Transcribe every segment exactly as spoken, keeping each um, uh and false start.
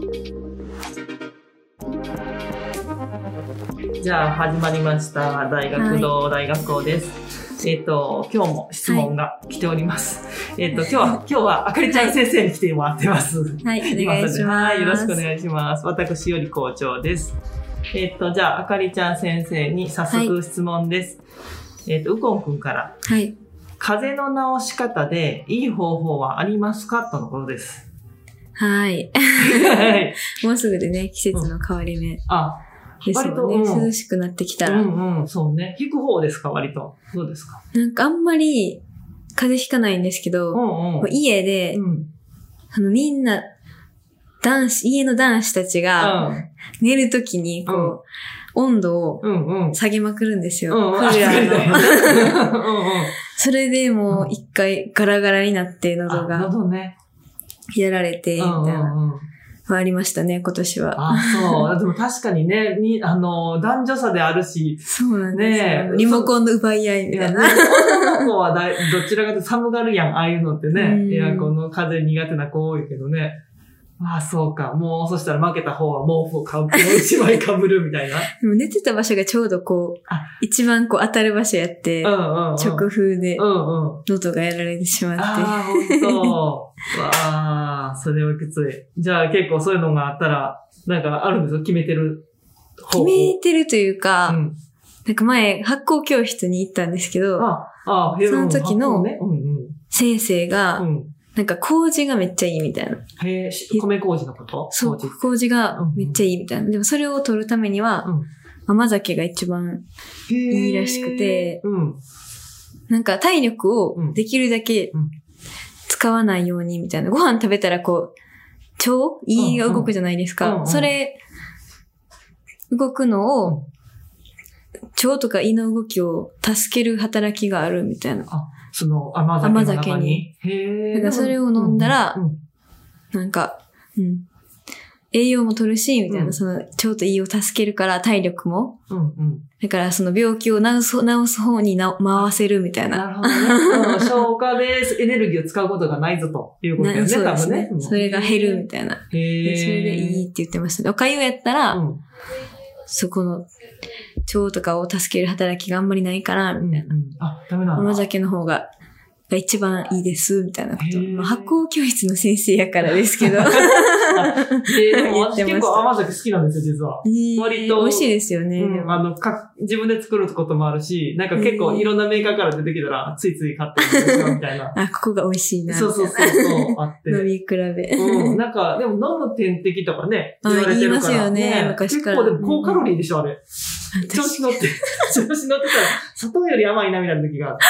じゃあ始まりました大学堂大学校です、はい、えっ、ー、と今日も質問が来ております、はい、えっ、ー、と今日は今日はあかりちゃん先生に来てもらってますはいお願いします。 はい、よろしくお願いします。私より校長です。えっ、ー、とじゃああかりちゃん先生に早速質問です、はい、えっ、ー、とうこんくんからはい風邪の治し方でいい方法はありますかとのことです。 はい。もうすぐでね、季節の変わり目。うん、あ、ですよね、うん。涼しくなってきたら。 うんうん、そうね。引く方ですか、割と。どうですか？ なんかあんまり風邪ひかないんですけど、うんうん、家で、うん、あのみんな、男子、家の男子たちが、寝るときに、こう、うん温度を下げまくるんですよ。うんうん、クーラーの。それでもう一回ガラガラになって喉がやられて、みたいな。ありましたね、今年は。 あ、そう。でも確かにね、に、あの、男女差であるし。 そうなんですよ。ね、リモコンの奪い合いみたいな。 女の子はだどちらかというと寒がるやん、ああいうのってね。エアコンの風苦手な子多いけどね。ああ、そうか。もう、そしたら負けた方は毛布をかぶ、もう一枚かぶるみたいな。 でも寝てた場所がちょうどこう、一番こう当たる場所やって、うんうんうん、直風で、喉がやられてしまって。うんうん、ああ、ほんと。わあ、それはきつい。じゃあ結構そういうのがあったら、なんかあるんですよ、決めてる方法。 決めてるというか、うん、なんか前、発酵教室に行ったんですけど、ああその時の先生が、うんうんなんか麹がめっちゃいいみたいな。 へぇ、米麹のこと？ そう、麹がめっちゃいいみたいな。うんうん、でもそれを取るためには、うん、甘酒が一番いいらしくて、うん、なんか体力をできるだけ使わないようにみたいな。ご飯食べたらこう、腸胃が動くじゃないですか。うんうん、それ、動くのを、腸とか胃の動きを助ける働きがあるみたいな。 あその甘酒の中に。甘酒に。 へー。だからそれを飲んだら、うんうん、なんか、うん。栄養も取るし、みたいな、うん、その、腸と胃を助けるから体力も。うんうん。だからその病気を治す、治す方にな回せるみたいな。 なるほどね。消化でエネルギーを使うことがないぞということですね、多分ね。 それが減るみたいな。へー。それでいいって言ってましたね。お粥やったら、うん、そこの、腸とかを助ける働きがあんまりないから、みたいな。うんうん、あ、ダメなんだ。甘酒の方が、が一番いいです、みたいなこと。まあ、発酵教室の先生やからですけど。えー、でも私結構甘酒好きなんですよ、実は。 えー、割と。美味しいですよね。 うん、あの、か、自分で作ることもあるし、なんか結構いろんなメーカーから出てきたら、ついつい買ってみるんですよ、みたいな。 あ、ここが美味しいな。 そうそうそうそう、あって。 飲み比べ。 うん、なんか、でも飲む点滴とかね、言われてるから。 言いますよね、昔から。 結構でも高カロリーでしょ、あれ。調子乗って、調子乗ってたら、砂糖より甘いなみたいな時があって。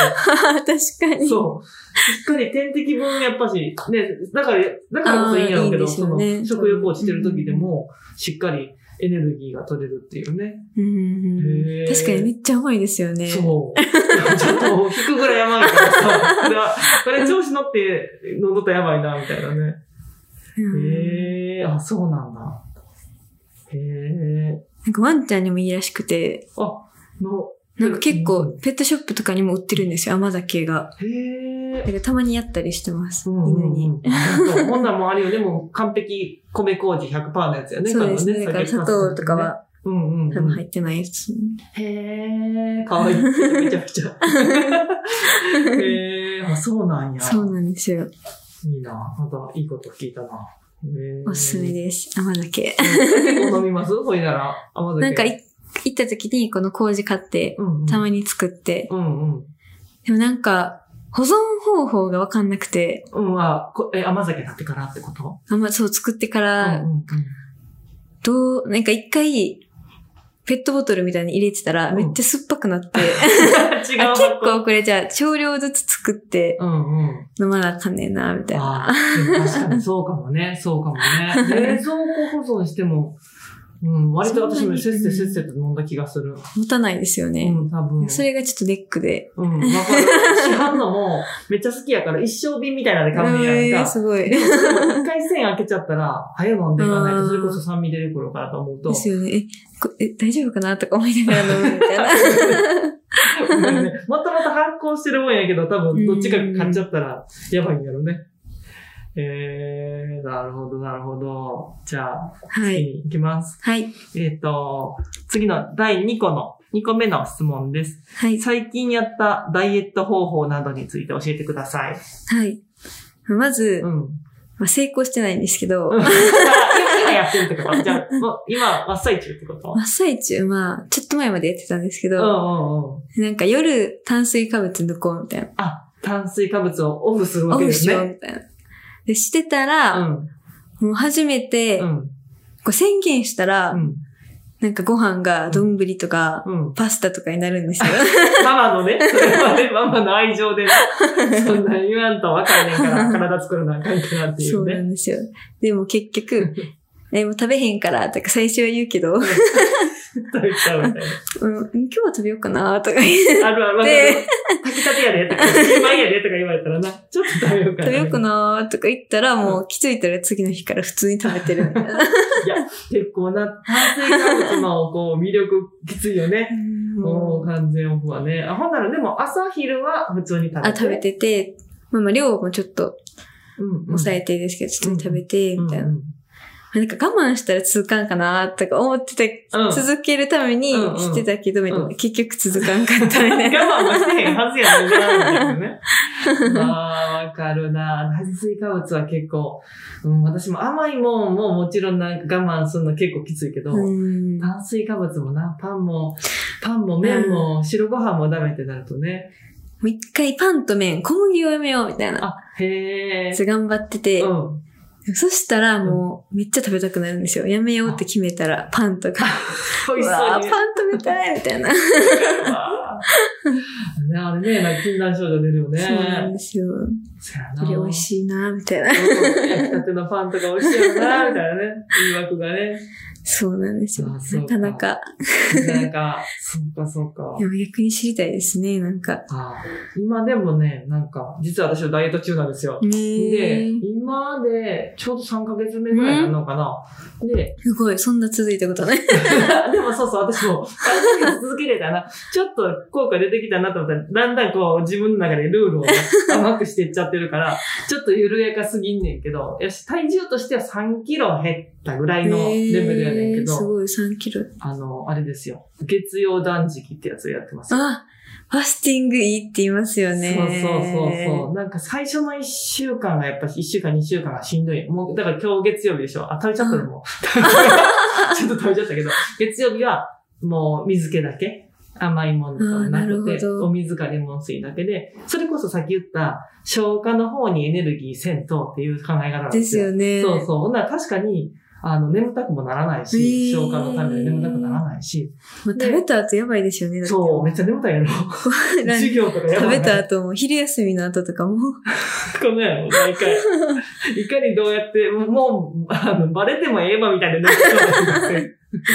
確かに。 そう。しっかり点滴分やっぱし、ね、だから、だからこそいいんやろうけど、いいね、その、食欲落ちてる時でも、しっかりエネルギーが取れるっていうね。 うん、確かにめっちゃ甘いですよね。 そう。ちょっと引くぐらい甘いからさ、これは、これ調子乗って飲んどったらやばいな、みたいなね。へえー、あ、そうなんだ。へえー。 なんかワンちゃんにもいいらしくて。 あ、の、 なんか結構、ペットショップとかにも売ってるんですよ、甘酒が。 へー。 だからたまにやったりしてます、うんうんうん、犬に。 こんなんもあるよ。でも、完璧米麹 ひゃくパーセント のやつやね。 そうですね。だから砂糖とかは、 うんうんうん、 多分入ってないやつ。 へー。かわいい。めちゃくちゃ。へー。あ、そうなんや。 そうなんですよ。 いいな。またいいこと聞いたな。 おすすめです。甘酒。 結構飲みますほいなら、甘酒。 なんかい、行った時にこの麹買って、うんうん、たまに作って、うんうん。でもなんか、保存方法がわかんなくて。 うん、あ、え、甘酒買ってからってこと？ 甘、そう、作ってから、うんうんうん、どう、なんか一回、ペットボトルみたいに入れてたら、めっちゃ酸っぱくなって。違う。結構これじゃあ、少量ずつ作って、飲まなあかんねんな、みたいな。 うんうん、確かにそうかもね。そうかもね。冷蔵庫保存しても、うん、割と私もせっせせっせと飲んだ気がする。 持たないですよね。 うん、多分。 それがちょっとネックで。 うん、わかる。市販のもめっちゃ好きやから一生瓶みたいなので買うんやんか。 えー、すごい。 でもそれも一回線開けちゃったら、早飲んでいかないと、それこそ酸味出てくるからと思うと。 ですよね。え、こえ大丈夫かなとか思いながら飲むみたいな。 もともと発酵してるもんやけど、多分どっちか買っちゃったらやばいんやろね。 えー、なるほど、なるほど。じゃあ、次に行きます。 はい。 えっと、次のだいにこの、にこめの質問です。はい。最近やったダイエット方法などについて教えてください。 はい。まず、うん、まあ、成功してないんですけど。 今やってるってことじゃあ、今、真っ最中ってこと真っ最中、まあ、ちょっと前までやってたんですけど、うんうんうん、なんか夜炭水化物抜こうみたいな。 あ、炭水化物をオフするわけですね。 オフしようみたいな。で、してたら、うん、もう初めて、うん、こう宣言したら、うん、なんかご飯が丼とか、うん、パスタとかになるんですよ。 ママのね、それはね、ママの愛情で、ね、そんな言わんとわかんねえから体作るのは関係ないっていうね。 そうなんですよ。でも結局、え、もう食べへんから、とか最初は言うけど、 食べちゃうみたいな。 うん、今日は食べようかなとか言って。 あるある、わかる。炊きたてやでとか、一番やでとか言われたらな、ちょっと食べようかな。 食べようかなとか言ったら、もう気づいたら次の日から普通に食べてるみたいな。いや、 結構な、炭水化物のこう魅力きついよね。もう完全オフはね。あ、ほんならでも朝昼は普通に食べて。 あ、食べてて、まあまあ量もちょっと抑えてですけど、普通に食べて、みたいな。なんか我慢したら続かんかなとか思ってて、うん、続けるためにしてたけど、うんうん、結局続かんかったみたいな。 我慢はしてへんはずやねんな、みたいなね。ああ、わかるな。炭水化物は結構、うん、私も甘いもんももちろんなんか我慢するの結構きついけど、炭水化物もな、パンも、パンも麺も白ご飯もダメってなるとね。 もう一回パンと麺、小麦をやめようみたいな。 あ、へー。 頑張ってて、うんそしたらもうめっちゃ食べたくなるんですよ。やめようって決めたらパンとか。 美味しそうに。 うわーパン食べたいみたいな。 あれね、なんか禁断症状出るよね。 そうなんですよ。これ美味しいなみたいな。 焼きたてのパンとか美味しいよなみたいなね。誘惑がね。 そうなんですよ。なかなか。 なかなか、そうかそうか。 でも逆に知りたいですね、なんか。 あ今でもね、なんか、実は私はダイエット中なんですよ。で、今でちょうどさんかげつめぐらいなのかな。で、 すごい、そんな続いたことない。 でもそうそう、私もさんかげつ続けれたら、ちょっと効果出てきたなと思ったら、だんだんこう自分の中でルールを、ね、甘くしていっちゃってるから、ちょっと緩やかすぎんねんけど、よし、体重としてはさんキロ減ったぐらいのレベルやねんけど、 すごい、さんキロ。 あの、あれですよ。月曜断食ってやつをやってます。 あ、ファスティングいいって言いますよね。 そうそうそうそう。なんか最初のいっしゅうかんがやっぱりいっしゅうかん、にしゅうかんがしんどい。もう、だから今日月曜日でしょ。あ、食べちゃったのもう。ちょっと食べちゃったけど、月曜日はもう水気だけ。甘いものとかなくて、お水かレモン水だけで、それこそさっき言った消化の方にエネルギーせんとっていう考え方なんですよ。 ですよね。 そうそう。ほんなら確かに、あの、眠たくもならないし、消化のために眠たくならないし。 まあ、食べた後やばいですよね。 そう、めっちゃ眠たいやろ。授業とかやばい。 食べた後も、昼休みの後とかも。 このやろ、毎回。いかにどうやって、もう、あの、バレてもええわみたいな寝てたんです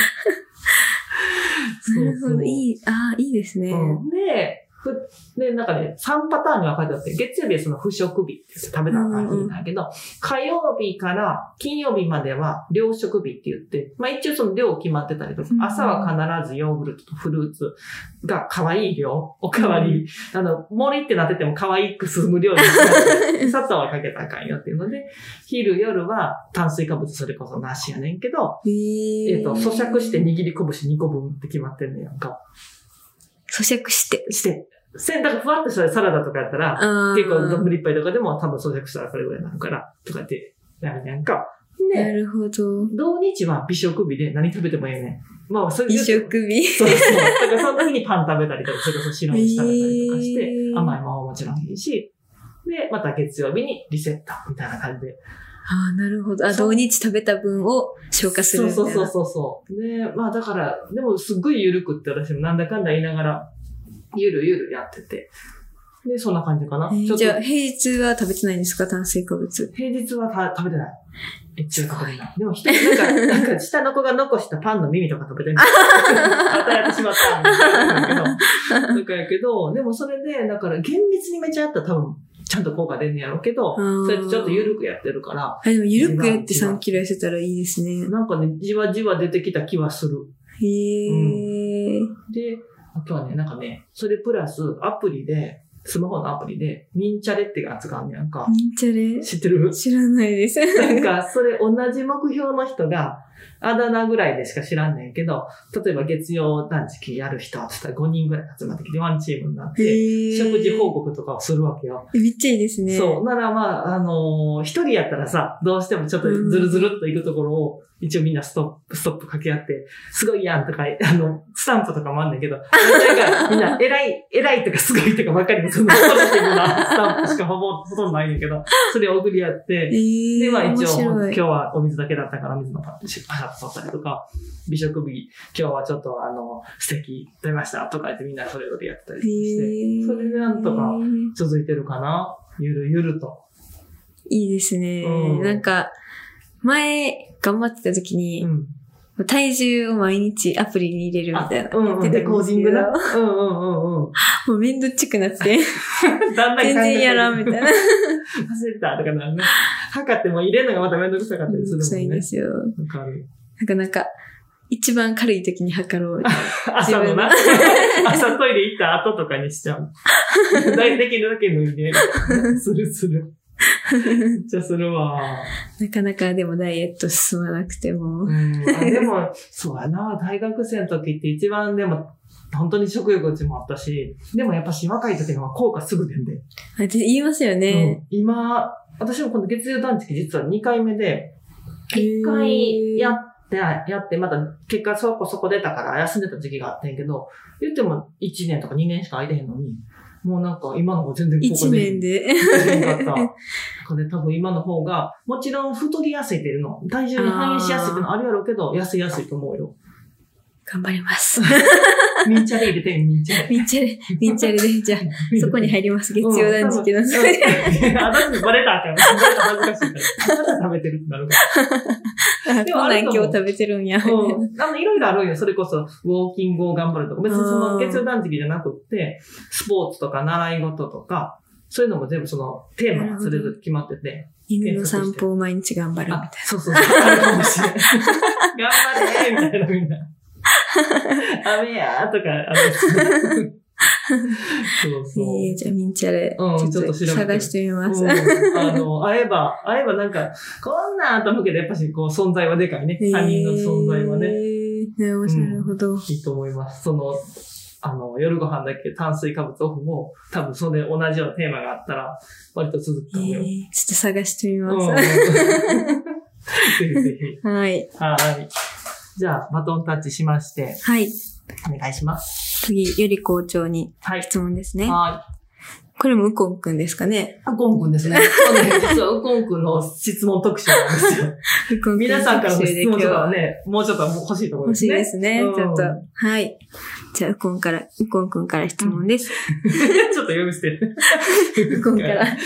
なるほど、いい、ああ、いいですね。 うん、で、ふ、で、なんかね、さんパターンに分かれてあって、月曜日はその不食日って食べたらいいんだけど、うんうん、火曜日から金曜日までは量食日って言って、まあ一応その量決まってたりとか、うん、朝は必ずヨーグルトとフルーツが可愛い量、おかわり、うん、あの、森ってなってても可愛く進む量になって、砂糖はかけたらあかんよっていうので、昼夜は炭水化物それこそなしやねんけど、えー、えっと、咀嚼して握り拳にこぶんって決まってんねやんか。 咀嚼して。 して。せん、だからふわっとしたサラダとかやったら、結構丼一杯とかでも多分咀嚼したらこれぐらいになるから、とかってなるやんか。 で、なるほど。 同日は美食日で何食べてもいいね。まあ、それ美食日そうそう。だからその時にパン食べたりとか、それこそ白飯食べたりとかして、えー、甘いものももちろんいいし、で、また月曜日にリセットみたいな感じで。 ああ、なるほど。あ、同日食べた分を消化するみたいな。 そうそうそうそう。で、まあだから、でもすっごい緩くって私もなんだかんだ言いながら、ゆるゆるやってて。で、そんな感じかな。 えー、じゃあ、平日は食べてないんですか炭水化物。 平日はた食べてない。え、中華食べない。でも一人、なんか、なんか下の子が残したパンの耳とか食べてる。またやってしまったみたいなんだけど。だからやけど、でもそれで、だから厳密にめちゃやったら多分、ちゃんと効果出んねやろうけど、それってちょっとゆるくやってるから。 あ、でもゆるくやってさんキロ痩せたらいいですね。 なんかね、じわじわ出てきた気はする。 へー。 うん、で、あとはね、なんかね、それプラスアプリで、 スマホのアプリで、ミンチャレってやつがあんねやんか。 ミンチャレ知ってる？ 知らないです。 なんか、それ同じ目標の人が、あだ名ぐらいでしか知らんねんけど、例えば月曜断食やる人って言ったらごにんぐらい集まってきてワンチームになって、食事報告とかをするわけよ。 めっちゃいいですね。 そう。ならまあ、あのー、一人やったらさ、どうしてもちょっとずるずるっと行くところを、一応みんなストップ、ストップ掛け合って、すごいやんとか、あの、スタンプとかもあんねんけど、なんかみんな偉い、偉いとかすごいとかばっかりで、そのポジティブなスタンプしかほぼ、ほとんどないねんけど、それを送り合って、えー、で、まあ一応、今日はお水だけだったから水のパッシャッと取ったりとか、美食日、今日はちょっとあの、素敵食べましたとか言ってみんなそれぞれやったりして、えー、それでなんとか続いてるかな。ゆるゆると。 いいですね。うん、なんか、前、頑張ってた時に、うん、体重を毎日アプリに入れるみたいな。 うん、うん、で、コーディングな。うんうんうんうん。もうめんどっちくなって。だんだん全然やらんみたいな。忘れたとかなるね。測っても入れるのがまためんどくさかったりするもんね。 そういいんですよ。 わかる。 なんかなんか、一番軽い時に測ろう。 朝のな。朝トイレ行った後とかにしちゃう。できるだけ脱いで。するする。めっちゃするわ。 なかなかでもダイエット進まなくても。 うん、でも、そうやな。大学生の時って一番でも、本当に食欲落ちもあったし、でもやっぱし若い時の方が効果すぐ出んで。 あ、言いますよね。 うん、今、私も今度月曜断食実はにかいめで、いっかいやって、やって、また結果そこそこ出たから休んでた時期があってんけど、言ってもいちねんとかにねんしか空いてへんのに、もうなんか今の方が全然効果出へん。いちねんで。 出へんかった。だから多分今の方が、もちろん太りやすいっていうの、体重に反映しやすいっていうのあるやろうけど、痩せやすいと思うよ。 頑張ります。 ミンチャレ入れてミンチャレ。 ミンチャレ、ミンチャレで、じゃあ、そこに入ります。月曜断食の。 あ、だってバレたから。バレた恥ずかしいから。食べてるってなるから。 でも、こんなん今日食べてるんや。 うん。あの、いろいろあるんよ。それこそ、ウォーキングを頑張るとか。別にその、月曜断食じゃなくって、スポーツとか習い事とか、そういうのも全部その、テーマがそれぞれ決まってて。 犬の散歩を毎日頑張るみたいな。 そうそうそう。あるかもしれない。頑張れーみたいなみんな。雨やーとか、あの、そうそう。 えー、じゃあミンチャレ、 うん、 ちょっと探してみます。 うん、あの、会えば、会えばなんか、こんなんと思うけど、やっぱしこう存在はでかいね。えー、他人の存在はね。 なるほど、うん。 いいと思います。その、あの、夜ご飯だけ炭水化物オフも、多分それ同じようなテーマがあったら、割と続くと思うよ。えー、 ちょっと探してみます。うん、 ぜひぜひ。 はい。 はい。じゃあ、バトンタッチしまして。 はい。 お願いします。 次、ゆり校長に質問ですね。 はい。 これもウコンくんですかね。 ウコンくんですね。実はウコンくんの質問特集なんですよ。ウコンくん皆さんからの質問とかはね、もうちょっと欲しいところですね。 欲しいですね。うん、ちょっと。はい。じゃあ、ウコンから、ウコンくんから質問です。 ちょっと呼び捨て。 ウコンから。大丈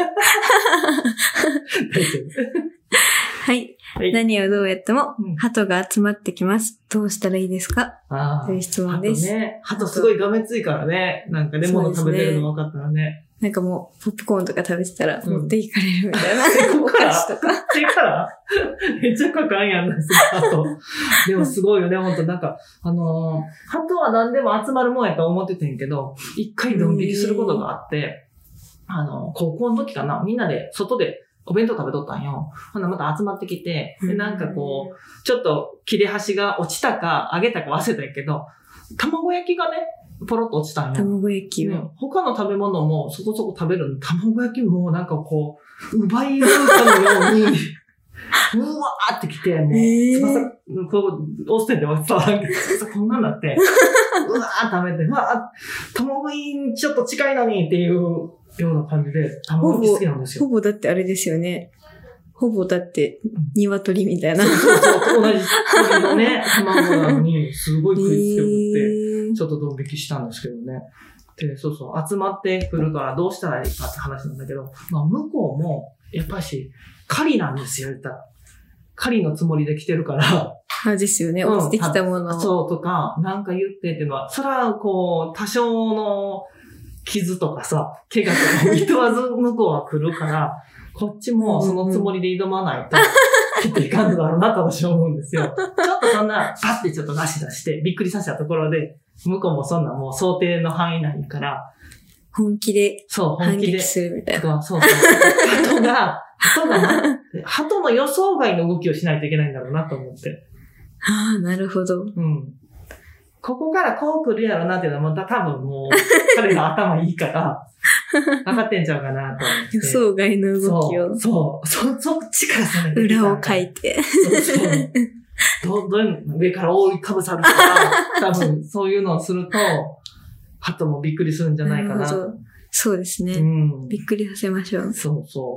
夫。 はい。はい、何をどうやっても、鳩が集まってきます。どうしたらいいですか？ ああ。 という質問です。 鳩ね。鳩すごいがめついからね。なんかレモン食べてるの分かったらね。 なんかもう、ポップコーンとか食べてたら、持っていかれるみたいな。 うん、お菓子とか。手からめっちゃかかんやんな、鳩。でもすごいよね、ほんと。なんか、あのー、鳩は何でも集まるもんやと思っててんけど、一回ドン引きすることがあって、あのー、高校の時かな、みんなで外で、お弁当食べとったんよ。ほんなまた集まってきて、で、なんかこう、ちょっと切れ端が落ちたか、揚げたか忘れたんやけど、卵焼きがね、ポロッと落ちたんよ。 卵焼きを、 ね。他の食べ物もそこそこ食べるの。卵焼きもなんかこう、奪い合うかのように、うわーってきて、もう、翼、こう、押してても伝わらんけど、翼こんなんなって、うわー食べて、うわー、卵焼きにちょっと近いのにっていう、ような感じで、卵焼き好きなんですよ。 ほぼ、ほぼだってあれですよね。ほぼだって、鶏みたいな。 そうそうそう、同じ鶏のね、卵なのに、すごい食いつけをって、ちょっとドン引きしたんですけどね。で、そうそう、集まってくるからどうしたらいいかって話なんだけど、まあ、向こうも、やっぱし、狩りなんですよ、言ったら。狩りのつもりで来てるから。 あ、ですよね、落ちてきたもの、 うん。そうとか、なんか言ってっていうのは、それはこう、多少の、傷とかさ、怪我とかを厭わず向こうは来るから、こっちもそのつもりで挑まないと、きっといかんのだろうなと私は思うんですよ。ちょっとそんな、パッてちょっと出し出して、びっくりさせたところで、向こうもそんなもう想定の範囲内から本気で反撃するみたいな。そうそう。 鳩が、鳩が、鳩の予想外の動きをしないといけないんだろうなと思って。 ああ、なるほど。 うん。ここからこう来るやろなっていうのは、また多分もう、彼が頭いいから、分かってんちゃうかなと思って。 予想外の動きを。 そう、そう、そ、そっちからさ、 裏を書いて。そうそう。 ど、どう上から覆いかぶさるとか、多分そういうのをすると、鳩もびっくりするんじゃないかな。 そうですね、うん。びっくりさせましょう。 そうそう。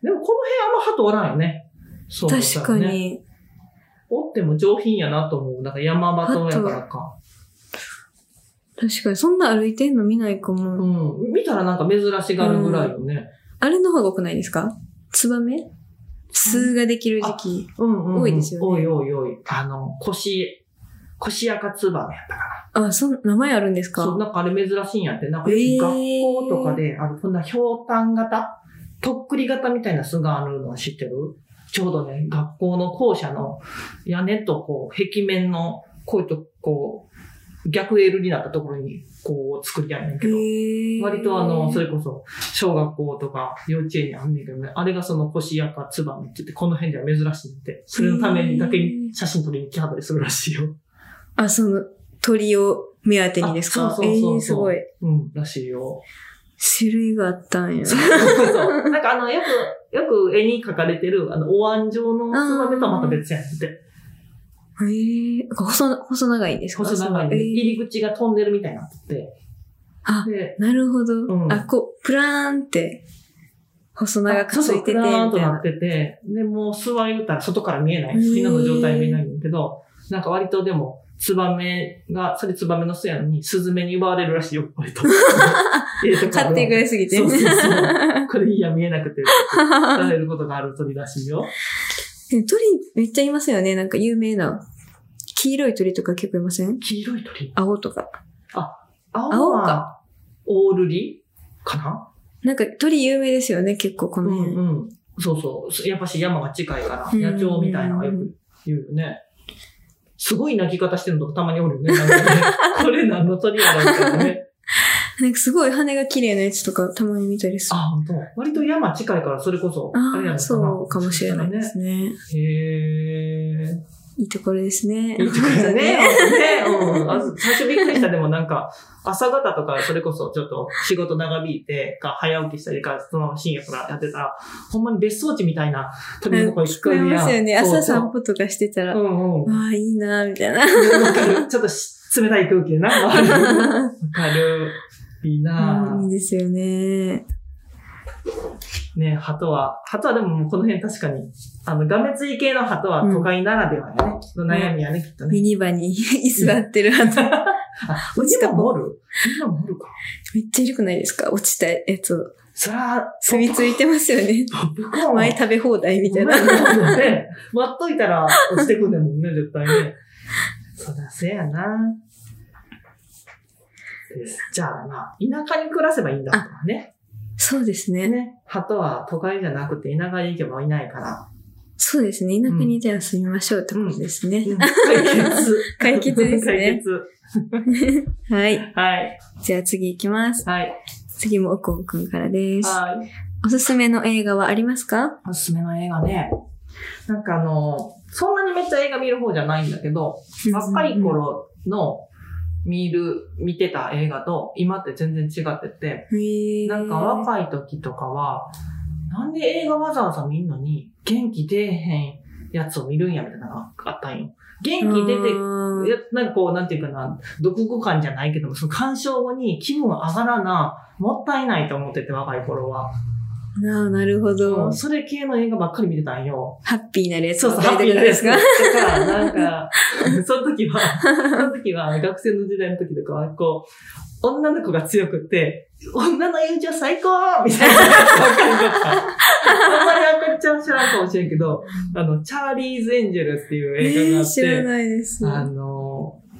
でもこの辺あんま鳩おらんよね。 そうね。確かに。 おっても上品やなと思う。なんか山鳩やからか。 確かに、そんな歩いてんの見ないかも。うん。見たらなんか珍しがるぐらいよね。うん、 あれの方が多くないですか？ツバメ？巣ができる時期。うんうんうん、多いですよね。 多い多い多い。あの、腰、腰赤ツバメやったかな。あ、そん、名前あるんですか？ そう、なんかあれ珍しいんやって。なんか学校とかで、あの、こんなひょうたん型、とっくり型みたいな巣があるのは知ってる？ちょうどね、学校の校舎の屋根とこう、壁面の、こういうと、こう、逆 L になったところに、こう、作りあるんやけど、割とあの、それこそ、小学校とか幼稚園にあんねんけどね、あれがその腰やかツバメって言って、この辺では珍しいんで、それのためにだけに写真撮りに来はったりするらしいよ。 あ、その、鳥を目当てにですか？ そうそうそうそう。 えー、すごい。 うん、らしいよ。 種類があったんや。 そうそう。なんかあの、よく、よく絵に描かれてる、あの、お椀状のツバメとはまた別やんって。 へえー、細、細長いんですか？ 細長い、えー。入り口が飛んでるみたいになってて。 あ、なるほど。うん、あ、こう、プラーンって、細長くついてて。そうそう、プラーンとなってて。で、もう巣は言うたら外から見えない。今の状態見えないんだけど、なんか割とでも、ツバメが、それツバメの巣やのに、スズメに奪われるらしいよ、割と。 勝手ぐらいすぎて。 そうそうそう。これいいや、見えなくて、食べることがある鳥らしいよ。 鳥めっちゃいますよね。なんか有名な。黄色い鳥とか結構いません？ 黄色い鳥？ 青とか。 あ、青は、オールリかな？ なんか鳥有名ですよね、結構この辺。 うんうん。そうそう。やっぱし山が近いから、野鳥みたいなのがよく言うよね。すごい鳴き方してるのとたまにおるよね。なんかねこれ何の鳥やろみたいなね。 なんかすごい羽が綺麗なやつとかたまに見たりする。 あ、本当。割と山近いからそれこそ、 あれやのかな。そうかもしれないですね。 へー。 いいところですね。 いいところですね。ね、うん。最初びっくりした。でもなんか、朝方とかそれこそちょっと仕事長引いて、か早起きしたりか、そのまま深夜からやってたら、ほんまに別荘地みたいな鳥の声聞こえるやん。 聞こえますよね。朝散歩とかしてたら。うんうん。ああ、いいなみたいな。 わかる。ちょっと冷たい空気でな。わかる。いいな、 うん、いいですよね。 ね、鳩は、鳩はでももうこの辺確かに、あの、がめつい系の鳩は都会ならではやね。うん、悩みやね、きっとね。 ミニバに居座ってる鳩。 あ、落ちたもおる？今もおるか。 めっちゃいるくないですか？落ちたやつを。 そら、 住み着いてますよね。前食べ放題みたいな。 ね、待っといたら落ちてくんねんもんね、絶対ね。そらせやな。じゃあ、まあ、田舎に暮らせばいいんだとかね。 そうですね。 ね。鳩は都会じゃなくて田舎に行けばいないから。 そうですね。田舎にじゃあ住みましょうってことですね。うんうん、 解決。 解決ですね。 解決。 はい。 はい。 じゃあ次行きます。 はい。 次もおこんくんからです。 はい。 おすすめの映画はありますか？ おすすめの映画ね。なんかあの、そんなにめっちゃ映画見る方じゃないんだけど、若い頃の見る、見てた映画と今って全然違ってて、なんか若い時とかは、なんで映画わざわざ見んのに元気出えへんやつを見るんやみたいなのがあったんよ。元気出て、なんかこう、なんていうかな、読後感じゃないけども、その鑑賞後に気分上がらな、もったいないと思ってて、若い頃は。 なあ、なるほど。 それ系の映画ばっかり見てたんよ。 ハッピーなやつ。 そうそう、ハッピーなやつ。とか、なんか、その時は、その時は学生の時代の時とかは、こう、女の子が強くって、女の友情最高みたいなやつばっかりだった。あんまりあんまちゃん知らんかもしれんけど、あの、チャーリーズ・エンジェルっていう映画があって、 えー、知らないです。 あの、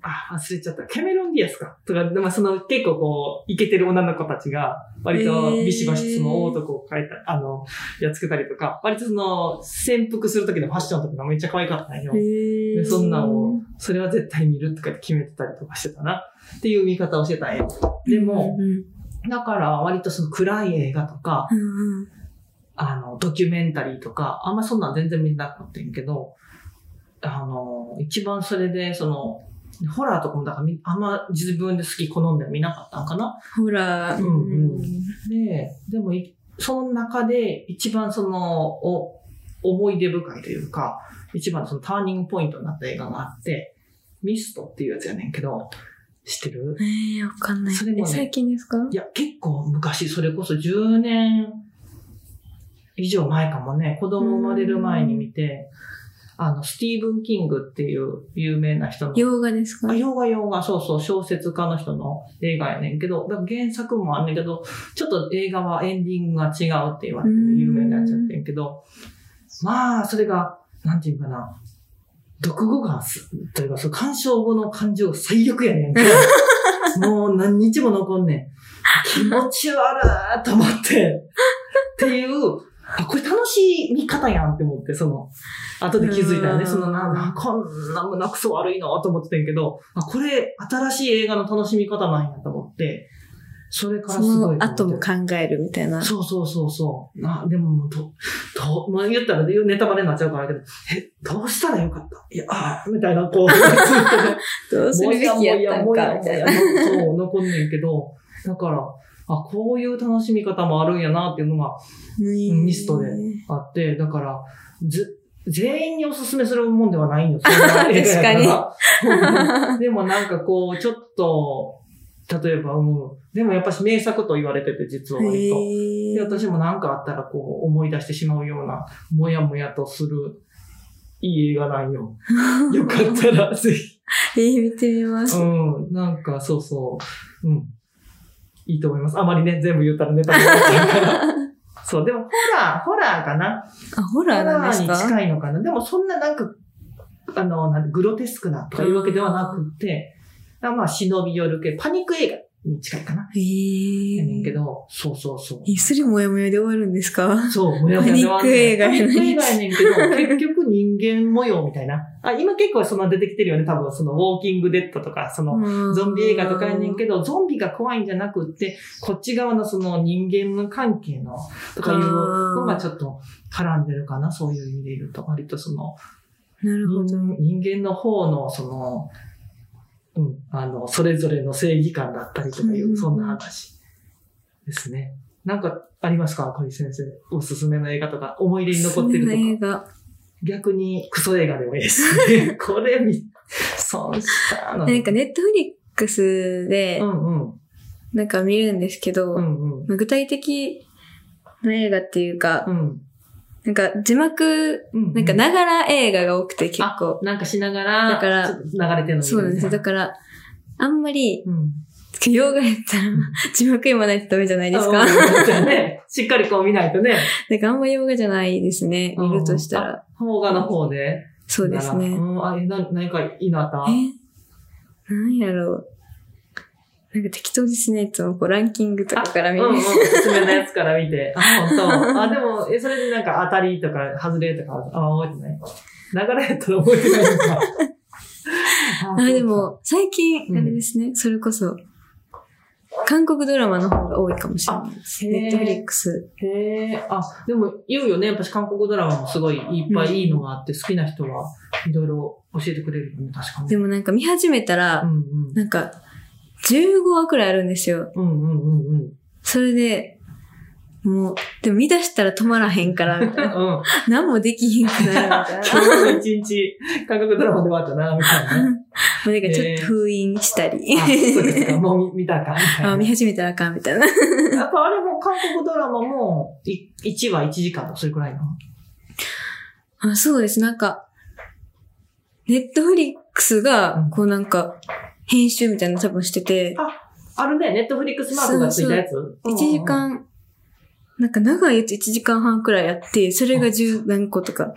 あ、忘れちゃった。キャメロン・ディアスか。とか、まあ、その結構こう、イケてる女の子たちが、割とビシバシその大男を描いた、あの、やっつけたりとか、割とその、潜伏する時のファッションとかがめっちゃ可愛かったんよ。で、そんなのを、それは絶対見るとかって決めてたりとかしてたな。っていう見方をしてたんよ。でも、だから割とその暗い映画とか、あの、ドキュメンタリーとか、あんまそんなん全然見なかったんけど、あの、一番それで、その、ホラーとかも、だからあんま自分で好き好んで見なかったんかな。 ホラー。 うんうん。で、でも、その中で一番その、お、思い出深いというか、一番そのターニングポイントになった映画があって、ミストっていうやつやねんけど、知ってる？ ええー、わかんない。それもね、最近ですか？ いや、結構昔、それこそじゅうねん以上前かもね、子供生まれる前に見て、あの、スティーブン・キングっていう有名な人の。 洋画ですか？ あ、洋画洋画、そうそう、小説家の人の映画やねんけど、だから原作もあんねんけど、ちょっと映画はエンディングが違うって言われて有名になっちゃってんけど、まあ、それが、なんていうかな、読後感というか、その鑑賞後の感情が最悪やねんけど、もう何日も残んねん。気持ち悪ーと思って、っていう、あ、これ楽しい見方やんって思って、その、後で気づいたよね。そのな、な、こんな胸くそ悪いのと思ってたんやけど、あ、これ新しい映画の楽しみ方なんやと思って、それからすごい。 その後も考えるみたいな。 そうそうそうそう。な、でも、ど、ど、まあ、言ったらネタバレになっちゃうからだけど、え、どうしたらよかったいや、あみたいな、こう、 どうするべきやったんか、みたいな。 そう、残んねんけど、だから、あ、こういう楽しみ方もあるんやなっていうのが、ミストであって、だから、ず、全員におすすめするもんではないんよ。 確かに。でもなんかこう、ちょっと、例えば、うん。でもやっぱし名作と言われてて、実は割と。で、私もなんかあったらこう、思い出してしまうような、もやもやとする、いい映画なんよ。よかったら、ぜひ。 えー、見てみます。 うん。なんか、そうそう。うん。いいと思います。あまりね、全部言ったらネタになっちゃうから。そう、でもホラー、ホラーかな。 あ、ホラーなんですか？ ホラーに近いのかな。でもそんななんか、あの、なんグロテスクなとかいうわけではなくて、まあ、忍び寄る系、パニック映画に近いかな。 へぇー。 やねんけど、そうそうそう。 え、それもやもやで終わるんですか？ そう、もやもやで終わる。 パニック映画やねん。パニック映画やねんけど、結局人間模様みたいな。あ、今結構そんな出てきてるよね。多分そのウォーキングデッドとか、そのゾンビ映画とかやねんけど、ゾンビが怖いんじゃなくって、こっち側のその人間の関係の、とかいうのがちょっと絡んでるかな。そういう意味で言うと、割とその、 なるほど。 人間の方のその、うん、あの、それぞれの正義感だったりとかいう、そんな話ですね。なんかありますか？小西先生。おすすめの映画とか、思い出に残ってるとか。映画。逆にクソ映画でもいいですね。これ見、そうしたの。 なんかネットフリックスで、 うんうん、 なんか見るんですけど、 うんうん、 具体的な映画っていうか、 うん、 なんか字幕、うんうん、なんかながら映画が多くて結構。 なんかしながら、 だから流れてるのそうなんですよ。だから、あんまり、うん洋画やったら、字幕読まないとダメじゃないですか。 ね、しっかりこう見ないとね。 なんかあんま洋画じゃないですね。見るとしたら。 邦画の方で。 そうですね。 うん、あ、な、何かいいのあった？ えなんやろう。なんか適当ですね。いつもこうランキングとかから見て。 うんうん、おすすめのやつから見て。あ、本当。あ、でも、え、それでなんか当たりとか、外れとか、あ、覚えてない。流れやったら覚えてないのか。 あ、でも、最近、あれですね。うん、それこそ、韓国ドラマの方が多いかもしれないです。ネットフリックス。 へえ。あ、でも言うよね。私韓国ドラマもすごいいっぱいいいのがあって、うん、好きな人はいろいろ教えてくれるよね。確かに。 でもなんか見始めたら、うんうん、なんかじゅうごわくらいあるんですよ。 うんうんうんうん。 それで、もう、でも見出したら止まらへんから、みたいな。うん。何もできひんくなるみたいな。 今日の一日、韓国ドラマで終わったな、みたいな。 もうなんかちょっと封印したり。 えー、あ、そうですか。もう見たらあかんみたいな。 あ、見始めたらあかんみたいな。 やっぱあれも韓国ドラマも、いちわいちじかんとそれくらいなの？ あ、そうです。なんか、ネットフリックスが、こうなんか、編集みたいなの多分してて。 あ、あるね。ネットフリックスマークがついたやつ。 そうそういちじかん、なんか長いやついちじかんはんくらいやって、それがじゅう何個とか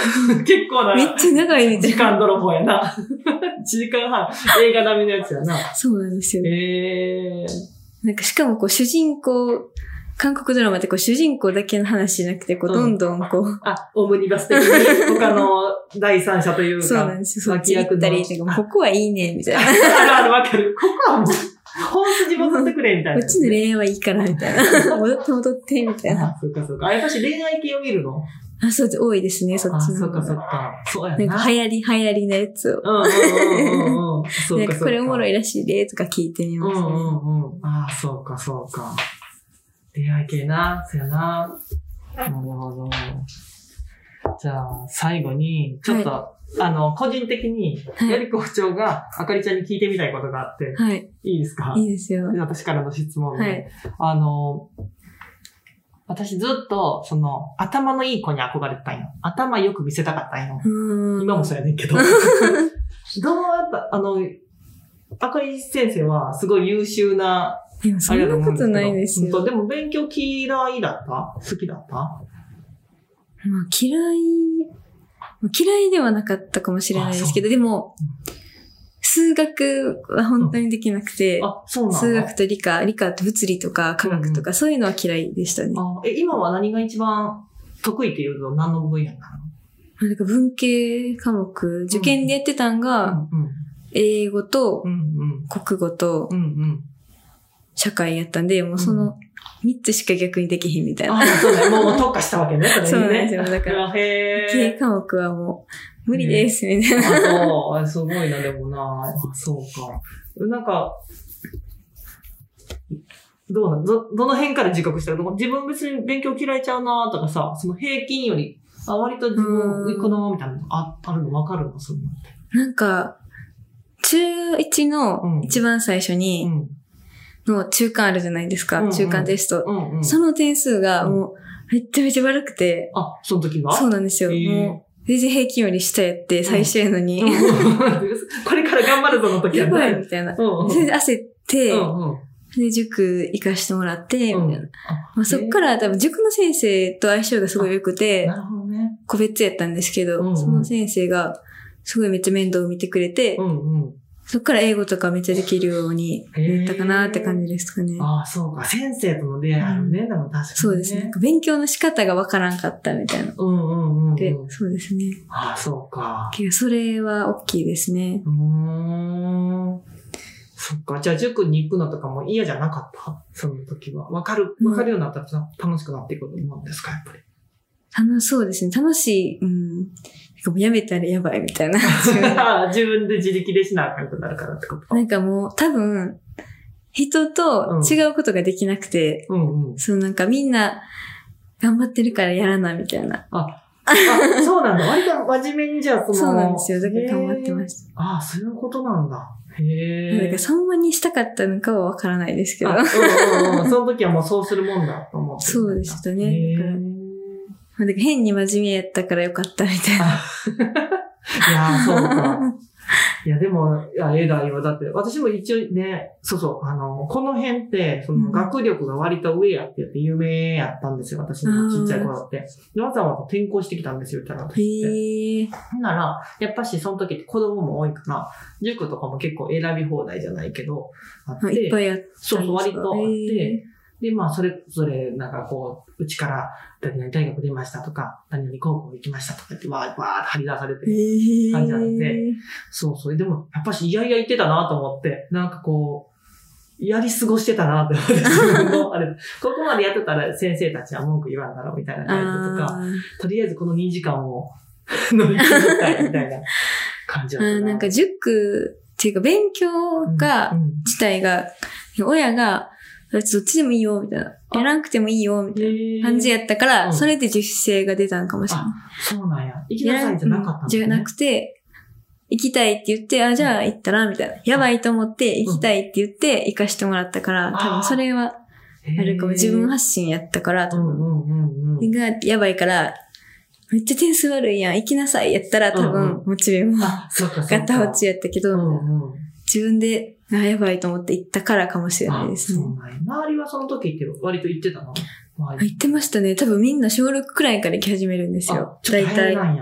結構な。 めっちゃ長いみたいな。 時間泥棒やな。いちじかんはん、映画並みのやつやな。 そうなんですよ。 へー。 なんかしかもこう主人公、韓国ドラマってこう主人公だけの話じゃなくて、こうどんどんこう、うん、 あ、オムニバス的に他の第三者というか。 そうなんですよ。そっち行ったり、ここはいいね、みたいな。 あるあるわかる。ここはもう、本筋戻ってくれ、みたいな。 こっちの恋愛はいいから、みたいな。戻って戻って、みたいな。 あ、そうかそうか。あ、やっぱし恋愛系を見るの？ あ、そうで、多いですね、そっちの。 あ、そうかそうか。そうやな。 なんか流行り、流行りのやつを。 うんうんうんうん。そうかそうか。 なんかこれおもろいらしいで、とか聞いてみます、ね。 うんうんうん。あ、そうかそうか。恋愛系な、そうやな。なるほど。じゃあ、最後に、ちょっと、はい、あの、個人的に、より校長が、あかりちゃんに聞いてみたいことがあって、はい。いいですか？ いいですよ。 私からの質問で。 はい。 あの、私ずっと、その、頭のいい子に憧れてたんよ。頭よく見せたかったんよ。今もそうやねんけど。どうやった、あの、赤井先生はすごい優秀な、 いや、そんなことないですよ。 でも勉強嫌いだった？好きだった？まあ嫌い、嫌いではなかったかもしれないですけど、でも、数学は本当にできなくて、うん、あ、そうなんだ。数学と理科、理科と物理とか科学とか、うんうん、そういうのは嫌いでしたね。 あ、え、今は何が一番得意っていうの何の分野なの？ なんか文系科目、受験でやってたんが、うんうん、英語と、国語と、うんうん、社会やったんで、もうそのみっつしか逆にできへんみたいな。 あ、そうね。もう特化したわけね。 それねそうなんですよ。だから、理系科目はもう無理です、みたいな。 あ、そう。すごいな、でもな。そうか。なんか、どうなんど、どの辺から自覚したの？自分別に勉強嫌いちゃうなとかさ、その平均より、あ、割と自分、このみたいなのあ、あるの分かるの？そんなって。 なんか、中いちの一番最初に、うんうんの中間あるじゃないですか。うんうん、中間テスト、うんうん。その点数がもうめっちゃめちゃ悪くて。 あ、その時は？ そうなんですよ。もう全然平均より下やって最初やのに。うんうん、 これから頑張るぞの時はね。 やばいみたいな。うんうん、それで焦って、うんうん、で塾行かしてもらって、みたいな。うんまあ、そっから多分塾の先生と相性がすごい良くて、 なるほどね、 個別やったんですけど、うんうん、その先生がすごいめっちゃ面倒を見てくれて、うんうんそっから英語とかめっちゃできるようになったかなって感じですかね。 ああ、そうか。先生との出会いあるね。うん、でも確かに、ね。 そうですね。なんか勉強の仕方がわからんかったみたいな。 うんうんうん、うん。 で、そうですね。 ああ、そうか。 けど、それは大きいですね。 うーん。そっか。じゃあ、塾に行くのとかも嫌じゃなかったその時は。わかる、わかるようになったら楽しくなっていくもんですか、やっぱり。 楽しそうですね。楽しい。うん。もうやめたらやばいみたいな。 自分で自力でしなあかんくなるからってことなんかもう多分、人と違うことができなくて、うんうん、そうなんかみんな頑張ってるからやらなみたいな。 あ、あそうなんだ。割と真面目にじゃあその。 そうなんですよ。だから頑張ってました。 ああ、そういうことなんだ。へえ。 なんかそんなにしたかったのかはわからないですけど。 うんうんうん、その時はもうそうするもんだと思って。 そうでしたね。だから変に真面目やったからよかったみたいな。 いやー、そうか。いや、でも、いや、偉いよ。だって、私も一応ね、そうそう、あの、この辺って、その、学力が割と上やって言って有名やったんですよ。私のちっちゃい頃って。で、わざわざ転校してきたんですよ、言ったら私って。へー。ほんなら、やっぱし、その時って子供も多いから、塾とかも結構選び放題じゃないけど、あって。 いっぱいあった。 そうそう、割とあって。で、まあ、それぞれ、なんかこう、うちから、何々大学出ましたとか、何々高校行きましたとかって、わー、わーって張り出されてる感じなんで、そうそう。でも、やっぱし、いやいや言ってたなと思って、なんかこう、やり過ごしてたなって思って、自分の、あれ、ここまでやってたら先生たちは文句言わんだろうみたいな感じとか、とりあえずこのにじかんを乗り切りたいみたいな感じだったな。 なんか塾っていうか、勉強が、うんうん、自体が、親が、どっちでもいいよ、みたいな。やらなくてもいいよ、みたいな感じやったから、それで自主性が出たのかもしれない。あ、 そうなんや。行きなさいじゃなかったんだね。 じゃなくて、行きたいって言って、あ、じゃあ行ったら、みたいな。やばいと思って、行きたいって言って、行かしてもらったから、多分それは、あるかも。自分発信やったから、多分。が、やばいから、めっちゃ点数悪いやん、行きなさいやったら、多分、モチベも、ガタ落ちやったけど、自分で、あ、やばいと思って行ったからかもしれないですね。 そうなんや。周りはその時って割と行ってたの？ 行ってましたね。多分みんな小ろくくらいから行き始めるんですよ。大体。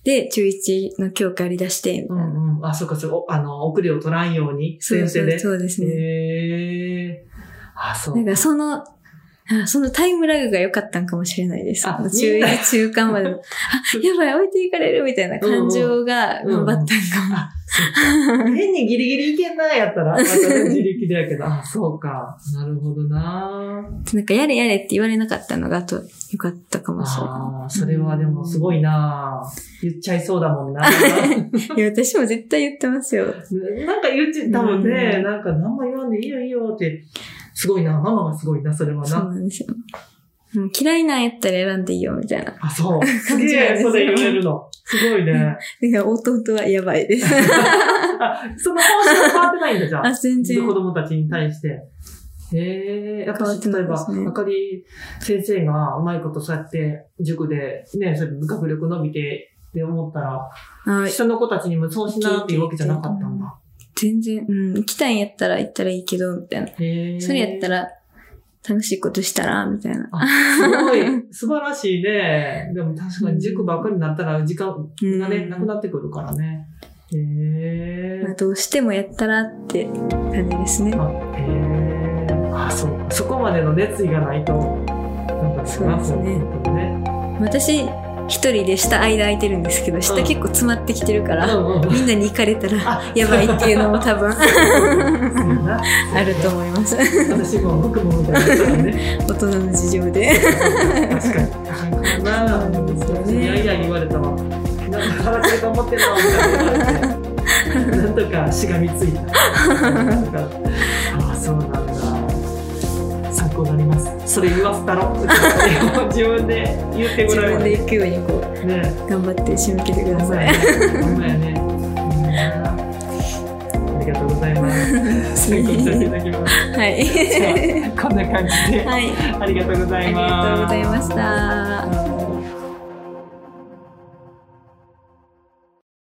で、中いちの教科やり出して、みたいな。うんうん。あ、そうか、そう、あの、遅れを取らんように、先生で。 そうそうそうですね。 へー。あ、そう。 なんかその、そのタイムラグが良かったんかもしれないです。あ中いち、中間までの。あ、やばい、置いていかれるみたいな感情が頑張ったんかも。うんうんうん、変にギリギリいけんなやったら、また自力でやけど、あ、そうか。なるほどな。 なんかやれやれって言われなかったのが、あと、良かったかもしれない。 ああ、それはでもすごいな。言っちゃいそうだもんな。いや、私も絶対言ってますよ。 なんか言っちゃったもんね。んなんか何も言わんでいいよいいよって。すごいな。ママがすごいな、それはな。 そうなんですよ。うん、嫌いなんやったら選んでいいよ、みたいな。 あ、そう。すげえ、それ言えるの。すごいね。 いや、弟はやばいです。 あ、その方針は変わってないんだ、じゃあ。 あ、全然。 子供たちに対して。へえ、やっぱり、例えば、あかり先生がうまいことそうやって、塾で、ね、それ学力伸びてって思ったら、下の子たちにもそうしなっていうわけじゃなかったんだ。 全然、うん、行きたいんやったら行ったらいいけど、みたいな。へそれやったら、楽しいことしたらみたいな。 あ、すごい、素晴らしいね。でも確かに塾ばっかりになったら時間がね、うん、なくなってくるからね。へー。まあ、どうしてもやったらって感じですね。 あ、へー。あ、そう。そこまでの熱意がないと、なんかそうですね。ね私、一人で下間空いてるんですけど、下結構詰まってきてるから、うんうん、みんなに行かれたらやばいっていうのも多分あると思います。 私も僕もみたいなからね。 大人の事情で。 確かに。なあ、いやいや言われたわ。なんか腹くれ頑張ってんなみたいな言われて、なんとかしがみついた。ああ、そうなんだ。参考になります。それ言わせたろ自分で言ってごらん。 自分で行くようにこう、ね、頑張って締め切ってください。 ほんまやね。ありがとうございます。参考にさせていただきます。 はい。 こんな感じで、はい、ありがとうございます。 ありがとうございました。